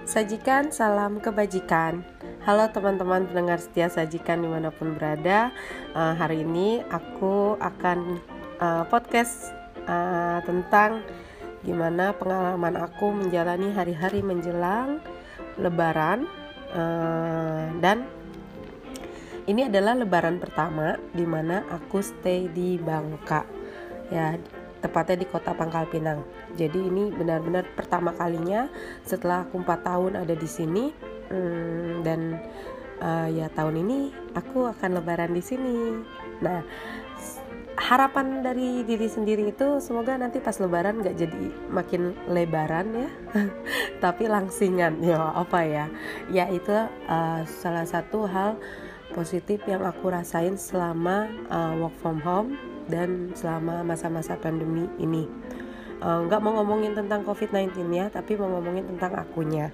Sajikan salam kebajikan. Halo teman-teman pendengar setia Sajikan dimanapun berada. Hari ini aku akan podcast tentang gimana pengalaman aku menjalani hari-hari menjelang Lebaran. Dan ini adalah Lebaran pertama di mana aku stay di Bangka, ya, tepatnya di kota Pangkal Pinang. Jadi ini benar-benar pertama kalinya setelah aku 4 tahun ada di sini. Dan ya tahun ini aku akan Lebaran di sini. Nah, harapan dari diri sendiri itu semoga nanti pas Lebaran gak jadi makin lebaran ya, tapi langsingan. Ya apa ya? Ya itu salah satu hal positif yang aku rasain selama work from home dan selama masa-masa pandemi ini. Nggak mau ngomongin tentang COVID-19 ya, tapi mau ngomongin tentang akunya.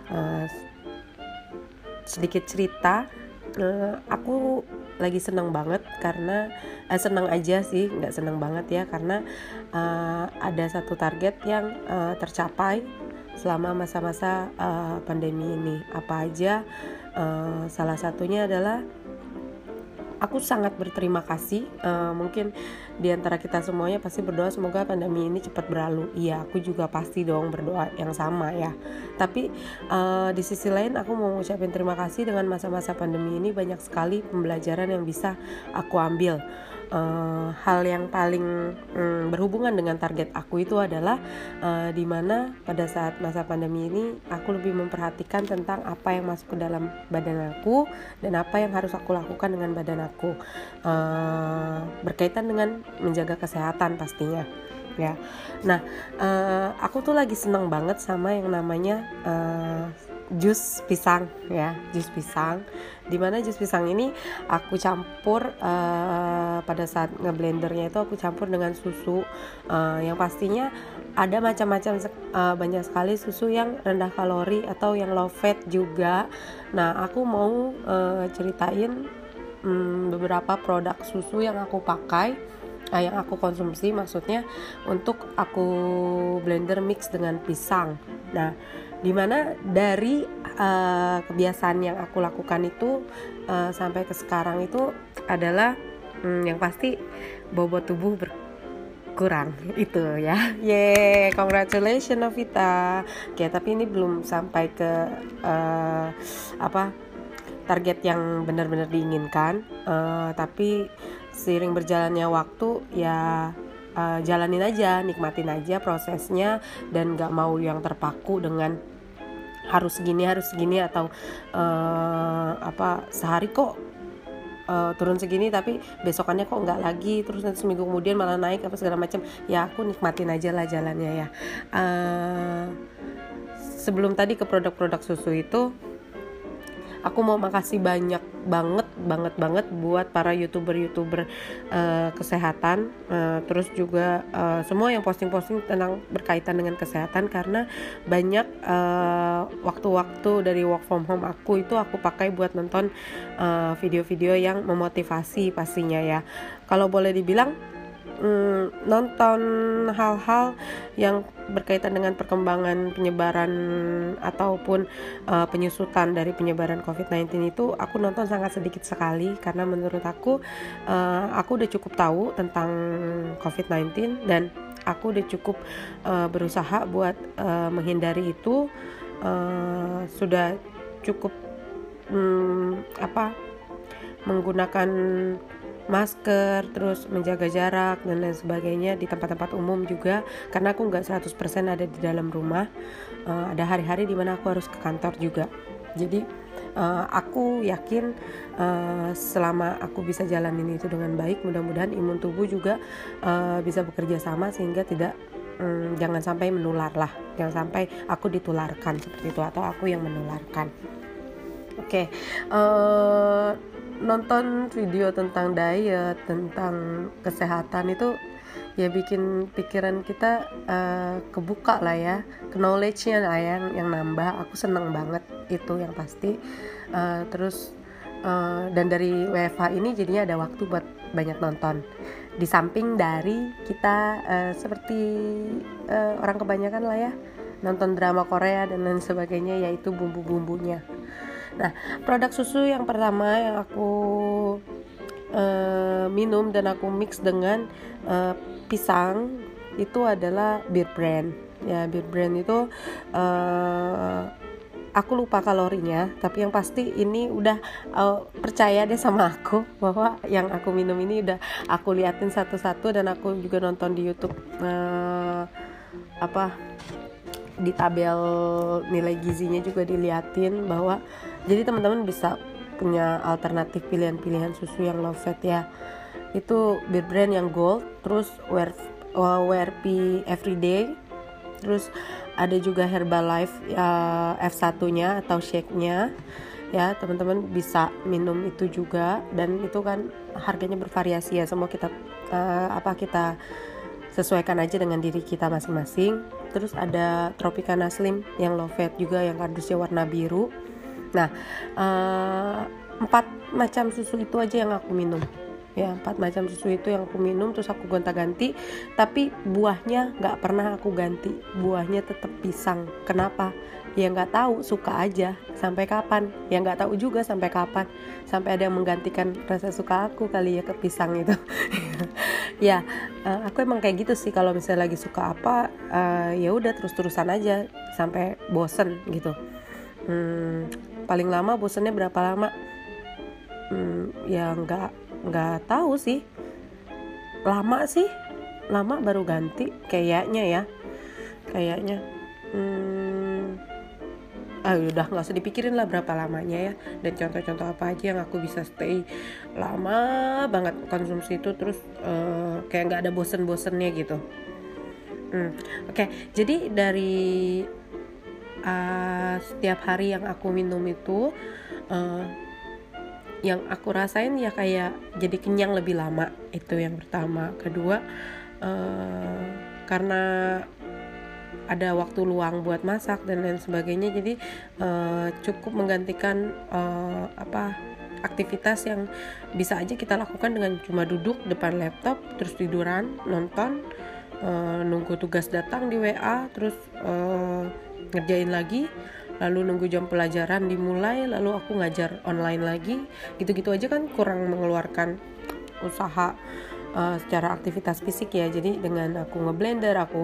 Sedikit cerita, aku lagi senang banget karena senang aja sih, nggak senang banget ya, karena ada satu target yang tercapai selama masa-masa pandemi ini. Apa aja? Salah satunya adalah aku sangat berterima kasih. Mungkin di antara kita semuanya pasti berdoa semoga pandemi ini cepat berlalu. Iya, aku juga pasti dong berdoa yang sama ya. Tapi di sisi lain aku mau ngucapin terima kasih. Dengan masa-masa pandemi ini banyak sekali pembelajaran yang bisa aku ambil. Hal yang paling berhubungan dengan target aku itu adalah dimana pada saat masa pandemi ini aku lebih memperhatikan tentang apa yang masuk ke dalam badan aku dan apa yang harus aku lakukan dengan badan aku, berkaitan dengan menjaga kesehatan pastinya ya. Nah, aku tuh lagi seneng banget sama yang namanya jus pisang ya, jus pisang. Dimana jus pisang ini aku campur pada saat ngeblendernya itu aku campur dengan susu, yang pastinya ada macam-macam, banyak sekali susu yang rendah kalori atau yang low fat juga. Nah, aku mau ceritain beberapa produk susu yang aku pakai, yang aku konsumsi maksudnya, untuk aku blender mix dengan pisang. Nah, dimana dari kebiasaan yang aku lakukan itu sampai ke sekarang itu adalah yang pasti bobot tubuh berkurang itu ya. Yeay, congratulations Novita. Oke, tapi ini belum sampai ke target yang benar-benar diinginkan, tapi seiring berjalannya waktu ya jalanin aja, nikmatin aja prosesnya, dan gak mau yang terpaku dengan harus segini atau sehari kok turun segini tapi besokannya kok nggak lagi, terus nanti seminggu kemudian malah naik apa segala macam. Ya aku nikmatin aja lah jalannya ya. Sebelum tadi ke produk-produk susu itu, aku mau makasih banyak banget buat para youtuber kesehatan, terus juga semua yang posting tentang berkaitan dengan kesehatan, karena banyak waktu-waktu dari work from home aku itu aku pakai buat nonton video-video yang memotivasi pastinya ya. Kalau boleh dibilang nonton hal-hal yang berkaitan dengan perkembangan penyebaran ataupun penyusutan dari penyebaran COVID-19 itu aku nonton sangat sedikit sekali, karena menurut aku udah cukup tahu tentang COVID-19 dan aku udah cukup berusaha buat menghindari itu. Sudah cukup menggunakan masker, terus menjaga jarak dan lain sebagainya di tempat-tempat umum juga, karena aku nggak 100% ada di dalam rumah. Ada hari-hari dimana aku harus ke kantor juga. Jadi aku yakin selama aku bisa jalanin itu dengan baik, mudah-mudahan imun tubuh juga bisa bekerja sama sehingga jangan sampai menular lah, jangan sampai aku ditularkan seperti itu atau aku yang menularkan. Oke. Nonton video tentang diet, tentang kesehatan itu ya bikin pikiran kita kebuka lah ya, knowledge-nya lah yang nambah. Aku seneng banget itu yang pasti. Terus dan dari WFH ini jadinya ada waktu buat banyak nonton. Di samping dari kita seperti orang kebanyakan lah ya, nonton drama Korea dan lain sebagainya, yaitu bumbu-bumbunya. Nah, produk susu yang pertama yang aku minum dan aku mix dengan pisang itu adalah Bear Brand. Ya, Bear Brand itu aku lupa kalorinya, tapi yang pasti ini udah percaya deh sama aku bahwa yang aku minum ini udah aku liatin satu-satu, dan aku juga nonton di YouTube di tabel nilai gizinya juga diliatin bahwa jadi teman-teman bisa punya alternatif pilihan-pilihan susu yang low fat ya. Itu Bear Brand yang gold, terus WRP Everyday, terus ada juga Herbalife F1-nya atau shake-nya ya, teman-teman bisa minum itu juga, dan itu kan harganya bervariasi ya, semua kita kita sesuaikan aja dengan diri kita masing-masing. Terus ada Tropicana Slim yang low fat juga, yang kardusnya warna biru. Nah, 4 macam susu itu aja yang aku minum ya, 4 macam susu itu yang aku minum, terus aku gonta-ganti, tapi buahnya nggak pernah aku ganti, buahnya tetap pisang. Kenapa? Ya nggak tahu, suka aja. Sampai kapan? Ya nggak tahu juga sampai kapan, sampai ada yang menggantikan rasa suka aku kali ya ke pisang itu. Ya, aku emang kayak gitu sih, kalau misalnya lagi suka apa, ya udah terus-terusan aja sampai bosen gitu. Paling lama bosennya berapa lama? Ya nggak tahu sih, lama baru ganti kayaknya. Udah nggak usah dipikirin lah berapa lamanya ya, dan contoh-contoh apa aja yang aku bisa stay lama banget konsumsi itu, terus kayak nggak ada bosen-bosennya gitu. Oke. Jadi dari setiap hari yang aku minum itu, yang aku rasain ya kayak jadi kenyang lebih lama, itu yang pertama. Kedua, karena ada waktu luang buat masak dan lain sebagainya, jadi cukup menggantikan aktivitas yang bisa aja kita lakukan dengan cuma duduk depan laptop, terus tiduran, nonton, nunggu tugas datang di WA, terus ngerjain lagi, lalu nunggu jam pelajaran dimulai, lalu aku ngajar online lagi, gitu-gitu aja kan kurang mengeluarkan usaha secara aktivitas fisik ya. Jadi dengan aku ngeblender, aku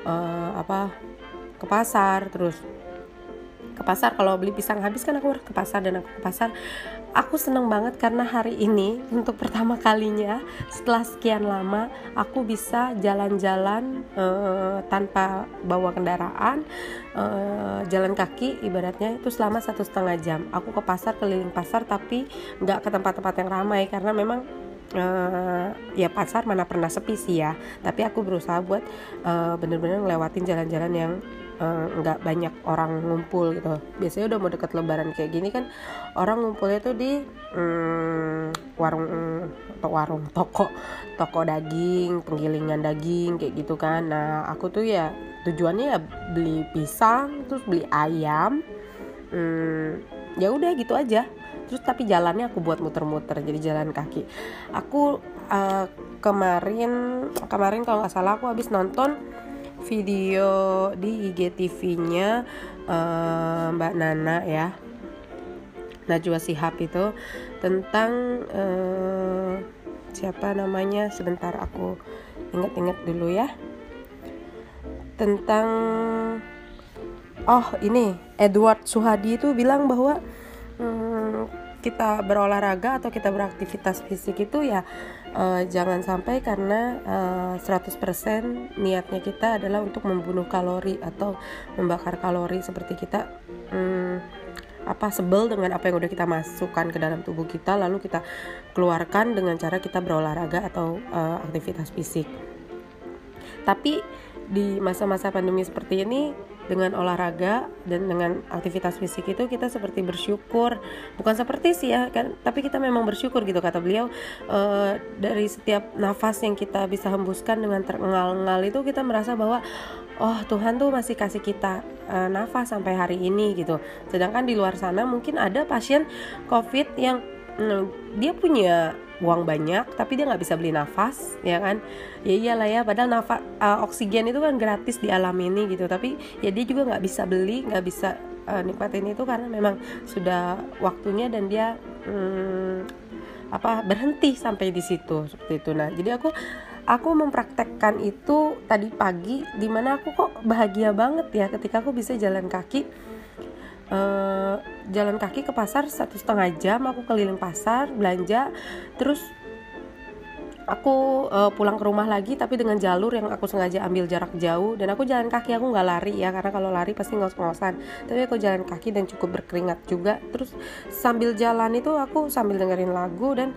ke pasar, kalau beli pisang habis kan aku harus ke pasar, dan aku ke pasar. Aku seneng banget karena hari ini untuk pertama kalinya setelah sekian lama aku bisa jalan-jalan tanpa bawa kendaraan, jalan kaki ibaratnya itu selama 1,5 jam. Aku ke pasar, keliling pasar, tapi nggak ke tempat-tempat yang ramai karena memang ya pasar mana pernah sepi sih ya, tapi aku berusaha buat bener-bener ngelewatin jalan-jalan yang nggak banyak orang ngumpul gitu. Biasanya udah mau deket lebaran kayak gini kan orang ngumpulnya tuh di toko daging, penggilingan daging kayak gitu kan. Nah aku tuh ya tujuannya ya beli pisang, terus beli ayam, ya udah gitu aja. Terus tapi jalannya aku buat muter-muter, jadi jalan kaki. Aku kemarin kalau nggak salah aku habis nonton video di IGTV-nya Mbak Nana ya, Najwa Shihab, itu tentang siapa namanya, sebentar aku ingat-ingat dulu ya, tentang ini Edward Suhadi itu bilang bahwa kita berolahraga atau kita beraktivitas fisik itu ya jangan sampai karena 100% niatnya kita adalah untuk membunuh kalori atau membakar kalori, seperti kita sebel dengan apa yang udah kita masukkan ke dalam tubuh kita, lalu kita keluarkan dengan cara kita berolahraga atau aktivitas fisik. Tapi di masa-masa pandemi seperti ini, dengan olahraga dan dengan aktivitas fisik itu kita seperti bersyukur, bukan seperti sih ya kan, tapi kita memang bersyukur gitu, kata beliau. Dari setiap nafas yang kita bisa hembuskan dengan terengal-engal itu kita merasa bahwa Tuhan tuh masih kasih kita nafas sampai hari ini gitu. Sedangkan di luar sana mungkin ada pasien COVID yang dia punya uang banyak tapi dia nggak bisa beli nafas, ya kan? Ya iyalah ya, padahal oksigen itu kan gratis di alam ini gitu, tapi ya dia juga nggak bisa beli, nggak bisa nikmatin itu karena memang sudah waktunya dan dia berhenti sampai di situ seperti itu. Nah, jadi aku mempraktekkan itu tadi pagi, dimana aku kok bahagia banget ya ketika aku bisa jalan kaki ke pasar 1,5 jam. Aku keliling pasar belanja, terus aku pulang ke rumah lagi tapi dengan jalur yang aku sengaja ambil jarak jauh, dan aku jalan kaki, aku nggak lari ya, karena kalau lari pasti ngos-ngosan, tapi aku jalan kaki dan cukup berkeringat juga. Terus sambil jalan itu aku sambil dengerin lagu, dan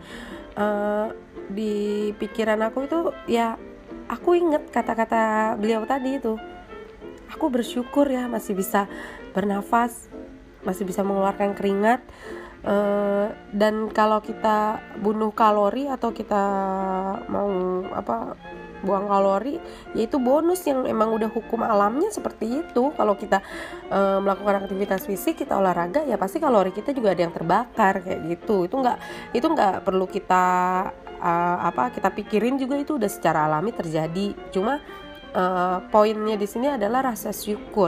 di pikiran aku itu ya aku inget kata-kata beliau tadi itu, aku bersyukur ya masih bisa bernafas, masih bisa mengeluarkan keringat. Dan kalau kita bunuh kalori atau kita mau buang kalori, yaitu bonus yang emang udah hukum alamnya seperti itu. Kalau kita melakukan aktivitas fisik, kita olahraga, ya pasti kalori kita juga ada yang terbakar kayak gitu. Itu nggak perlu kita kita pikirin juga, itu udah secara alami terjadi. Cuma poinnya di sini adalah rasa syukur.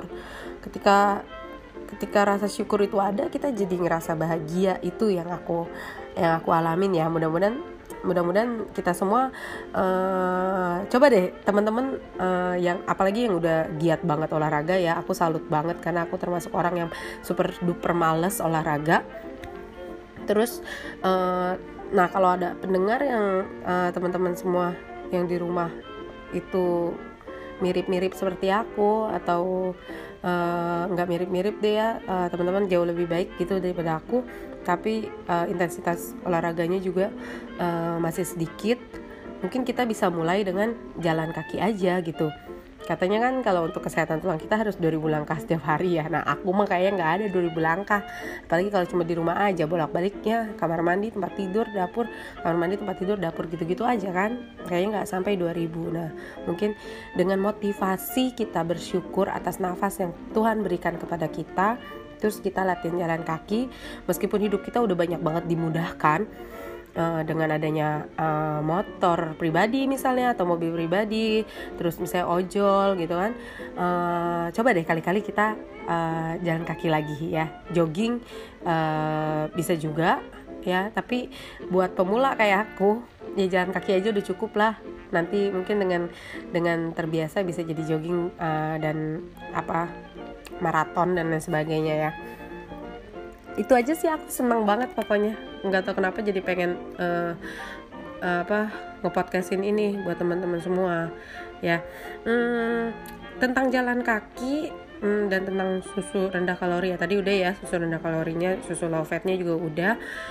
Ketika rasa syukur itu ada, kita jadi ngerasa bahagia. Itu yang aku alamin ya. Mudah-mudahan kita semua coba deh teman-teman, yang apalagi yang udah giat banget olahraga ya, aku salut banget karena aku termasuk orang yang super duper males olahraga. Terus nah kalau ada pendengar yang teman-teman semua yang di rumah itu mirip-mirip seperti aku, atau nggak mirip-mirip deh ya, teman-teman jauh lebih baik gitu daripada aku, tapi intensitas olahraganya juga masih sedikit, mungkin kita bisa mulai dengan jalan kaki aja gitu. Katanya kan kalau untuk kesehatan tulang kita harus 2000 langkah setiap hari ya. Nah aku mah kayaknya nggak ada 2000 langkah, apalagi kalau cuma di rumah aja, bolak-baliknya kamar mandi, tempat tidur, dapur, kamar mandi, tempat tidur, dapur, gitu-gitu aja kan, kayaknya nggak sampai 2000. Nah mungkin dengan motivasi kita bersyukur atas nafas yang Tuhan berikan kepada kita, terus kita latihan jalan kaki, meskipun hidup kita udah banyak banget dimudahkan dengan adanya motor pribadi misalnya, atau mobil pribadi, terus misalnya ojol gitu kan. Coba deh kali-kali kita jalan kaki lagi ya, jogging bisa juga ya, tapi buat pemula kayak aku ya jalan kaki aja udah cukup lah. Nanti mungkin dengan terbiasa bisa jadi jogging dan maraton dan lain sebagainya ya. Itu aja sih, aku senang banget pokoknya. Nggak tahu kenapa jadi pengen nge-podcastin ini buat teman-teman semua ya. Tentang jalan kaki dan tentang susu rendah kalori ya, tadi udah ya, susu rendah kalorinya, susu low fatnya juga udah.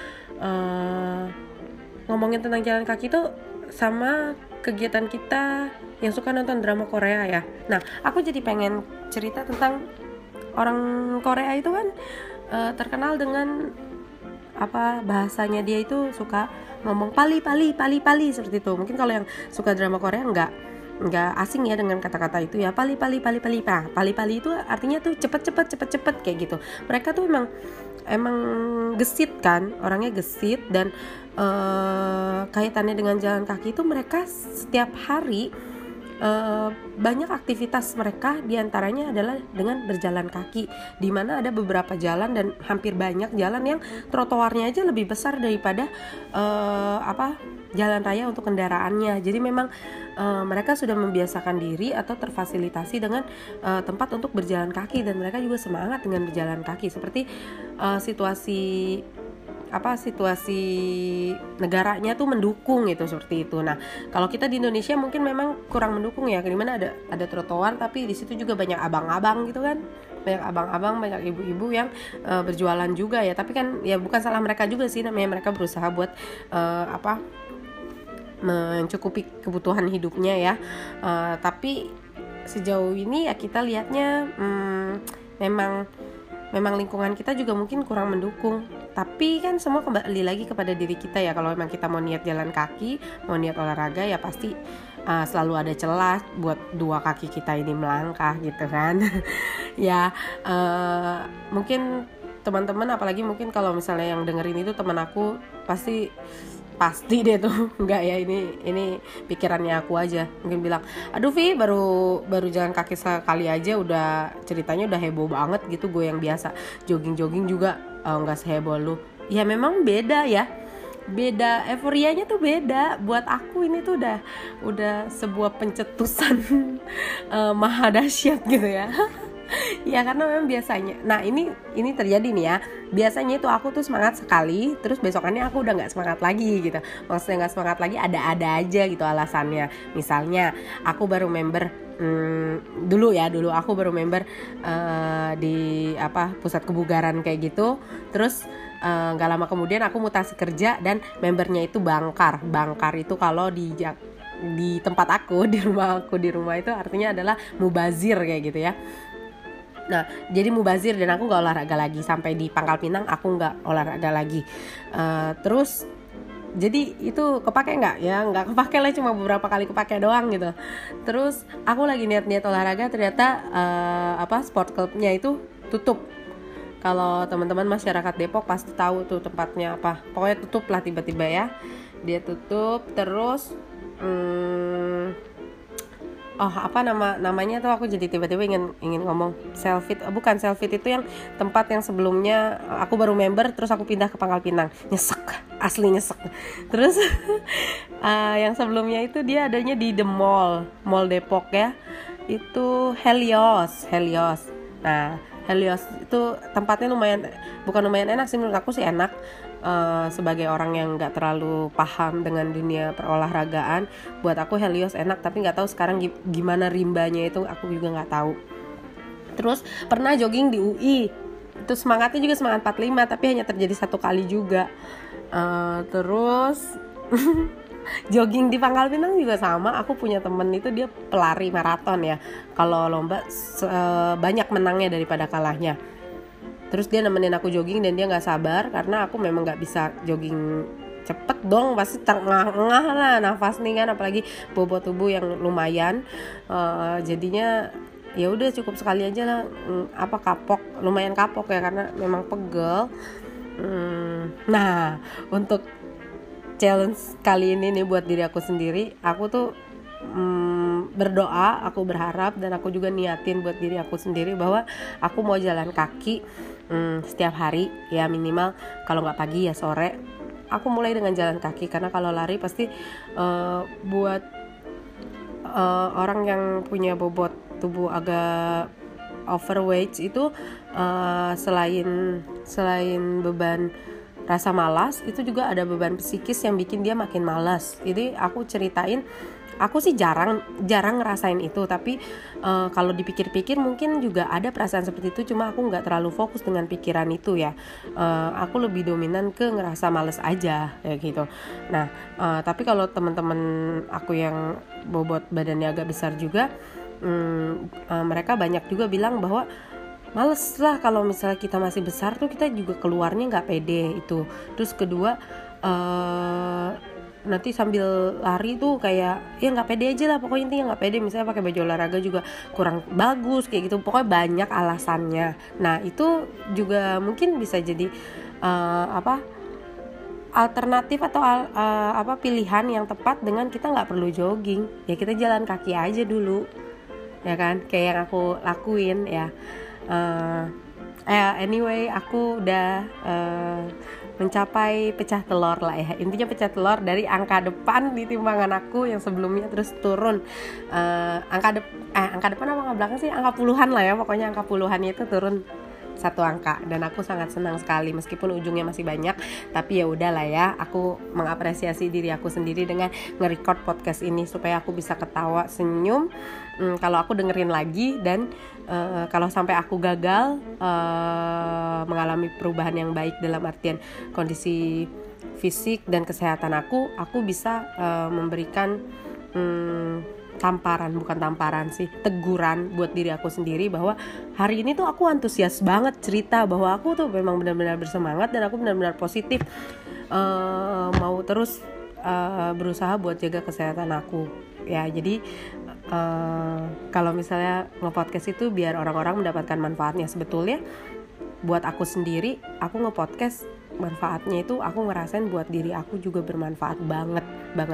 Ngomongin tentang jalan kaki tuh sama kegiatan kita yang suka nonton drama Korea ya. Nah aku jadi pengen cerita tentang orang Korea itu kan terkenal dengan bahasanya, dia itu suka ngomong pali seperti itu. Mungkin kalau yang suka drama Korea nggak asing ya dengan kata-kata itu ya, pali. Nah, pali itu artinya tuh cepet kayak gitu. Mereka tuh emang gesit kan, orangnya gesit, dan kaitannya dengan jalan kaki itu mereka setiap hari banyak aktivitas mereka, diantaranya adalah dengan berjalan kaki, di mana ada beberapa jalan dan hampir banyak jalan yang trotoarnya aja lebih besar daripada jalan raya untuk kendaraannya. Jadi memang mereka sudah membiasakan diri atau terfasilitasi dengan tempat untuk berjalan kaki, dan mereka juga semangat dengan berjalan kaki, seperti situasi negaranya tuh mendukung gitu, seperti itu. Nah, kalau kita di Indonesia mungkin memang kurang mendukung ya, dimana ada trotoar tapi di situ juga banyak abang-abang gitu kan, banyak abang-abang, banyak ibu-ibu yang berjualan juga ya. Tapi kan ya bukan salah mereka juga sih, namanya mereka berusaha buat mencukupi kebutuhan hidupnya ya. Tapi sejauh ini ya kita lihatnya memang lingkungan kita juga mungkin kurang mendukung. Tapi kan semua kembali lagi kepada diri kita ya. Kalau memang kita mau niat jalan kaki, mau niat olahraga, ya pasti selalu ada celah buat dua kaki kita ini melangkah gitu kan. Ya mungkin teman-teman, apalagi mungkin kalau misalnya yang dengerin itu teman aku, pasti deh tuh enggak ya, ini pikirannya aku aja, mungkin bilang, aduh Vi, baru jalan kaki sekali aja udah ceritanya udah heboh banget gitu. Gue yang biasa jogging juga nggak seheboh lu. Ya memang beda ya, beda, euforianya tuh beda. Buat aku ini tuh udah sebuah pencetusan maha dahsyat gitu ya. Ya karena memang biasanya, nah ini terjadi nih ya, biasanya itu aku tuh semangat sekali, terus besokannya aku udah nggak semangat lagi gitu. Maksudnya nggak semangat lagi, ada aja gitu alasannya. Misalnya aku baru member dulu aku baru member di pusat kebugaran kayak gitu. Terus nggak lama kemudian aku mutasi kerja dan membernya itu bangkar itu kalau di tempat aku, di rumah itu artinya adalah mubazir kayak gitu ya. Nah, jadi mubazir dan aku nggak olahraga lagi. Sampai di Pangkal Pinang aku nggak olahraga lagi. Terus jadi itu kepake nggak? Ya nggak kepake lah, cuma beberapa kali kepake doang gitu. Terus aku lagi niat olahraga, ternyata sport clubnya itu tutup. Kalau teman-teman masyarakat Depok pasti tahu tuh tempatnya apa. Pokoknya tutup lah tiba-tiba ya. Dia tutup. Terus namanya tuh aku jadi tiba-tiba ingin ngomong Selfit. Bukan, Selfit itu yang tempat yang sebelumnya aku baru member, terus aku pindah ke Pangkal Pinang. Nyesek, asli nyesek. Terus yang sebelumnya itu dia adanya di The Mall Depok ya. Itu Helios. Nah, Helios itu tempatnya bukan lumayan enak sih, menurut aku sih enak. Sebagai orang yang nggak terlalu paham dengan dunia perolahragaan, buat aku Helios enak, tapi nggak tahu sekarang gimana rimbanya itu, aku juga nggak tahu. Terus pernah jogging di UI, itu semangatnya juga semangat 45, tapi hanya terjadi satu kali juga. Terus jogging di Pangkal Pinang juga sama. Aku punya temen itu dia pelari maraton ya, kalau lomba banyak menangnya daripada kalahnya. Terus dia nemenin aku jogging dan dia gak sabar, karena aku memang gak bisa jogging cepet dong, pasti tengah-tengah lah nafas nih kan, apalagi bobot tubuh yang lumayan. Jadinya ya udah cukup sekali aja lah, lumayan kapok ya, karena memang pegel. Nah, untuk challenge kali ini nih buat diri aku sendiri, aku tuh berdoa, aku berharap, dan aku juga niatin buat diri aku sendiri bahwa aku mau jalan kaki setiap hari ya, minimal kalau nggak pagi ya sore. Aku mulai dengan jalan kaki, karena kalau lari pasti buat orang yang punya bobot tubuh agak overweight itu selain beban rasa malas, itu juga ada beban psikis yang bikin dia makin malas. Jadi aku ceritain, aku sih jarang ngerasain itu, tapi kalau dipikir-pikir mungkin juga ada perasaan seperti itu, cuma aku nggak terlalu fokus dengan pikiran itu ya. Aku lebih dominan ke ngerasa males aja kayak gitu. Nah, tapi kalau teman-teman aku yang bobot badannya agak besar juga, mereka banyak juga bilang bahwa males lah kalau misalnya kita masih besar tuh, kita juga keluarnya nggak pede itu. Terus kedua, nanti sambil lari tuh kayak ya nggak pede aja lah, pokoknya intinya nggak pede. Misalnya pakai baju olahraga juga kurang bagus kayak gitu, pokoknya banyak alasannya. Nah itu juga mungkin bisa jadi alternatif atau pilihan yang tepat dengan kita nggak perlu jogging ya, kita jalan kaki aja dulu ya kan, kayak yang aku lakuin ya. Anyway, aku udah mencapai pecah telur lah ya. Intinya pecah telur dari angka depan di timbangan aku yang sebelumnya, terus turun angka depan apa angka belakang sih, angka puluhan lah ya, pokoknya angka puluhannya itu turun satu angka, dan aku sangat senang sekali meskipun ujungnya masih banyak. Tapi ya udahlah ya, aku mengapresiasi diri aku sendiri dengan nge-record podcast ini supaya aku bisa ketawa senyum kalau aku dengerin lagi. Dan kalau sampai aku gagal mengalami perubahan yang baik dalam artian kondisi fisik dan kesehatan aku bisa memberikan teguran buat diri aku sendiri bahwa hari ini tuh aku antusias banget cerita bahwa aku tuh memang benar-benar bersemangat dan aku benar-benar positif mau terus berusaha buat jaga kesehatan aku ya. Jadi kalau misalnya nge-podcast itu biar orang-orang mendapatkan manfaatnya. Sebetulnya buat aku sendiri, aku nge-podcast manfaatnya itu aku ngerasain buat diri aku juga bermanfaat banget.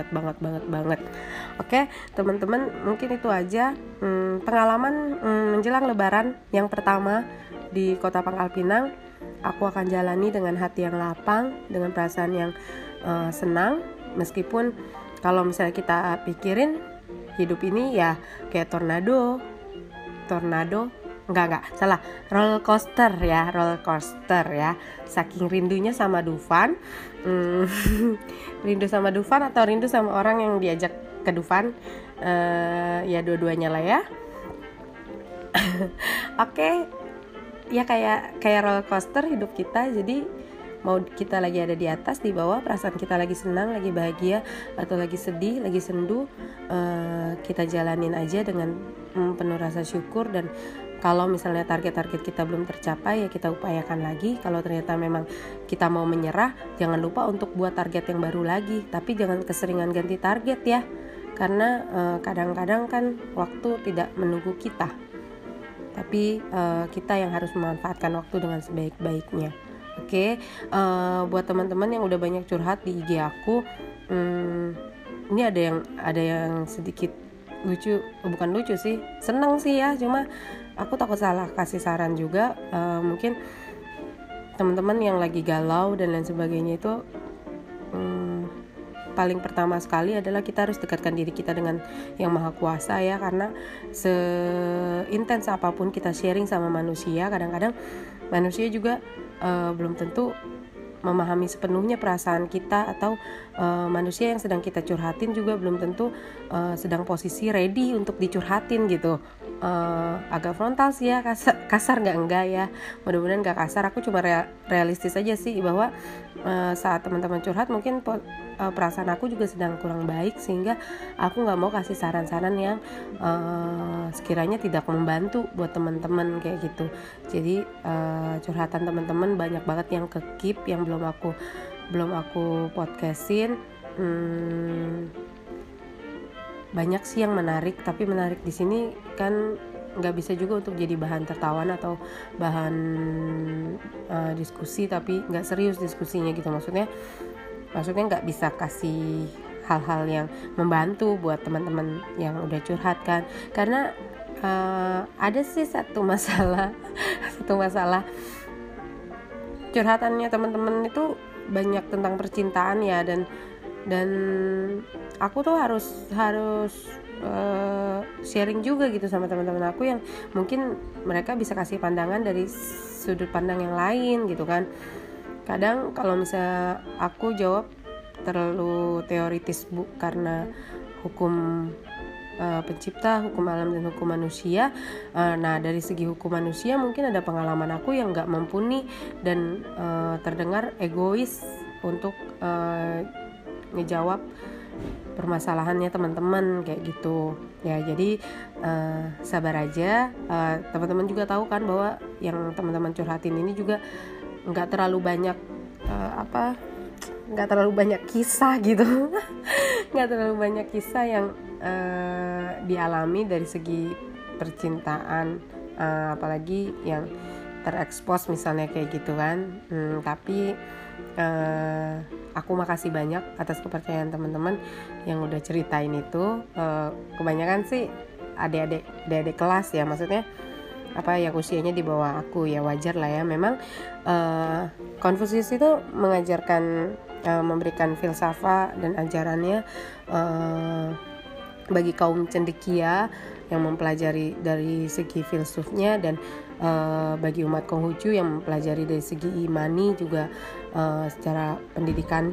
Oke, teman-teman, mungkin itu aja pengalaman menjelang Lebaran yang pertama di Kota Pangkal Pinang. Aku akan jalani dengan hati yang lapang, dengan perasaan yang senang, meskipun kalau misalnya kita pikirin hidup ini ya kayak tornado, roller coaster ya. Saking rindunya sama Dufan, rindu sama Dufan atau rindu sama orang yang diajak ke Dufan, ya dua-duanya lah ya. Oke, ya kayak roller coaster hidup kita. Jadi mau kita lagi ada di atas, di bawah, perasaan kita lagi senang, lagi bahagia, atau lagi sedih, lagi sendu, kita jalanin aja dengan penuh rasa syukur. Dan kalau misalnya target-target kita belum tercapai, ya kita upayakan lagi. Kalau ternyata memang kita mau menyerah, jangan lupa untuk buat target yang baru lagi. Tapi jangan keseringan ganti target ya, karena kadang-kadang kan waktu tidak menunggu kita. Tapi kita yang harus memanfaatkan waktu dengan sebaik-baiknya. Oke, buat teman-teman yang udah banyak curhat di IG aku, ini ada yang sedikit lucu, bukan lucu sih, seneng sih ya, cuma aku takut salah kasih saran juga. Mungkin teman-teman yang lagi galau dan lain sebagainya itu, paling pertama sekali adalah kita harus dekatkan diri kita dengan Yang Maha Kuasa ya, karena seintens apapun kita sharing sama manusia, kadang-kadang manusia juga belum tentu memahami sepenuhnya perasaan kita, atau manusia yang sedang kita curhatin juga belum tentu sedang posisi ready untuk dicurhatin gitu. Agak frontal sih ya, kasar enggak ya, mudah-mudahan gak kasar. Aku cuma realistis aja sih, bahwa saat teman-teman curhat mungkin perasaan aku juga sedang kurang baik, sehingga aku gak mau kasih saran-saran yang sekiranya tidak membantu buat teman-teman kayak gitu. Jadi curhatan teman-teman banyak banget yang ke-keep, yang belum aku podcastin. Banyak sih yang menarik, tapi menarik di sini kan nggak bisa juga untuk jadi bahan tertawan atau bahan diskusi, tapi nggak serius diskusinya gitu. Maksudnya nggak bisa kasih hal-hal yang membantu buat teman-teman yang udah curhat kan, karena ada sih satu masalah curhatannya teman-teman itu banyak tentang percintaan ya, dan aku tuh harus sharing juga gitu sama teman-teman aku yang mungkin mereka bisa kasih pandangan dari sudut pandang yang lain gitu kan. Kadang kalau misalnya aku jawab terlalu teoritis karena hukum pencipta, hukum alam dan hukum manusia. Nah dari segi hukum manusia mungkin ada pengalaman aku yang gak mumpuni dan terdengar egois untuk ngejawab permasalahannya teman-teman kayak gitu ya. Jadi sabar aja. Teman-teman juga tahu kan bahwa yang teman-teman curhatin ini juga nggak terlalu banyak kisah gitu nggak terlalu banyak kisah yang dialami dari segi percintaan, apalagi yang terekspos misalnya kayak gitu kan. Tapi aku makasih banyak atas kepercayaan teman-teman yang udah ceritain itu. Kebanyakan sih adik-adik kelas ya, maksudnya yang usianya di bawah aku ya, wajar lah ya. Memang Konfusius itu mengajarkan, memberikan filsafat dan ajarannya bagi kaum cendekia yang mempelajari dari segi filsufnya, dan bagi umat Konghucu yang mempelajari dari segi imani juga secara pendidikan.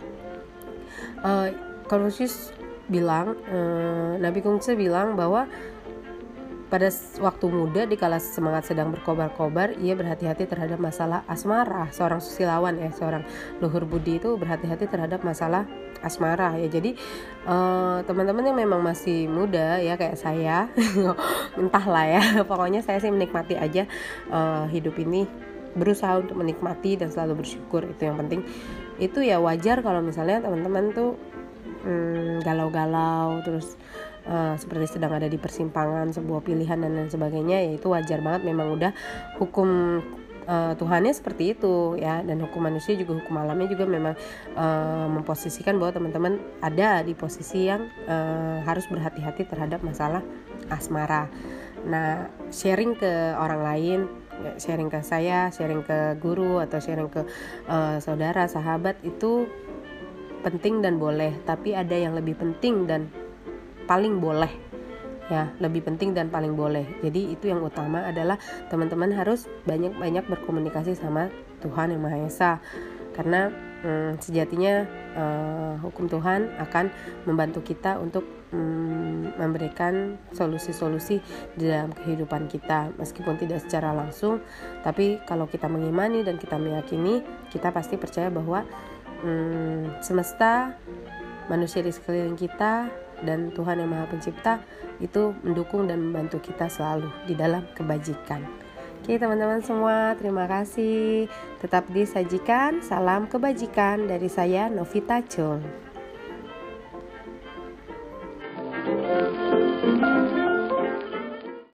Konfusius bilang, Nabi Konghucu bilang bahwa pada waktu muda, dikala semangat sedang berkobar-kobar, ia berhati-hati terhadap masalah asmara. Seorang susilawan ya, seorang luhur budi itu berhati-hati terhadap masalah asmara ya. Jadi teman-teman yang memang masih muda ya kayak saya, entahlah ya, pokoknya saya sih menikmati aja hidup ini, berusaha untuk menikmati dan selalu bersyukur, itu yang penting. Itu ya wajar kalau misalnya teman-teman tuh galau-galau terus seperti sedang ada di persimpangan sebuah pilihan dan lain sebagainya, ya itu wajar banget. Memang udah hukum Tuhannya seperti itu ya, dan hukum manusia juga, hukum alamnya juga memang memposisikan bahwa teman-teman ada di posisi yang harus berhati-hati terhadap masalah asmara. Nah, sharing ke orang lain, sharing ke saya, sharing ke guru, atau sharing ke saudara, sahabat, itu penting dan boleh, tapi ada yang lebih penting dan paling boleh ya, lebih penting dan paling boleh. Jadi itu yang utama adalah teman-teman harus banyak-banyak berkomunikasi sama Tuhan Yang Maha Esa, karena sejatinya hukum Tuhan akan membantu kita untuk memberikan solusi-solusi di dalam kehidupan kita, meskipun tidak secara langsung, tapi kalau kita mengimani dan kita meyakini, kita pasti percaya bahwa semesta, manusia di sekeliling kita, dan Tuhan Yang Maha Pencipta itu mendukung dan membantu kita selalu di dalam kebajikan. Oke teman-teman semua, terima kasih. Tetap disajikan, salam kebajikan dari saya, Novita Chung.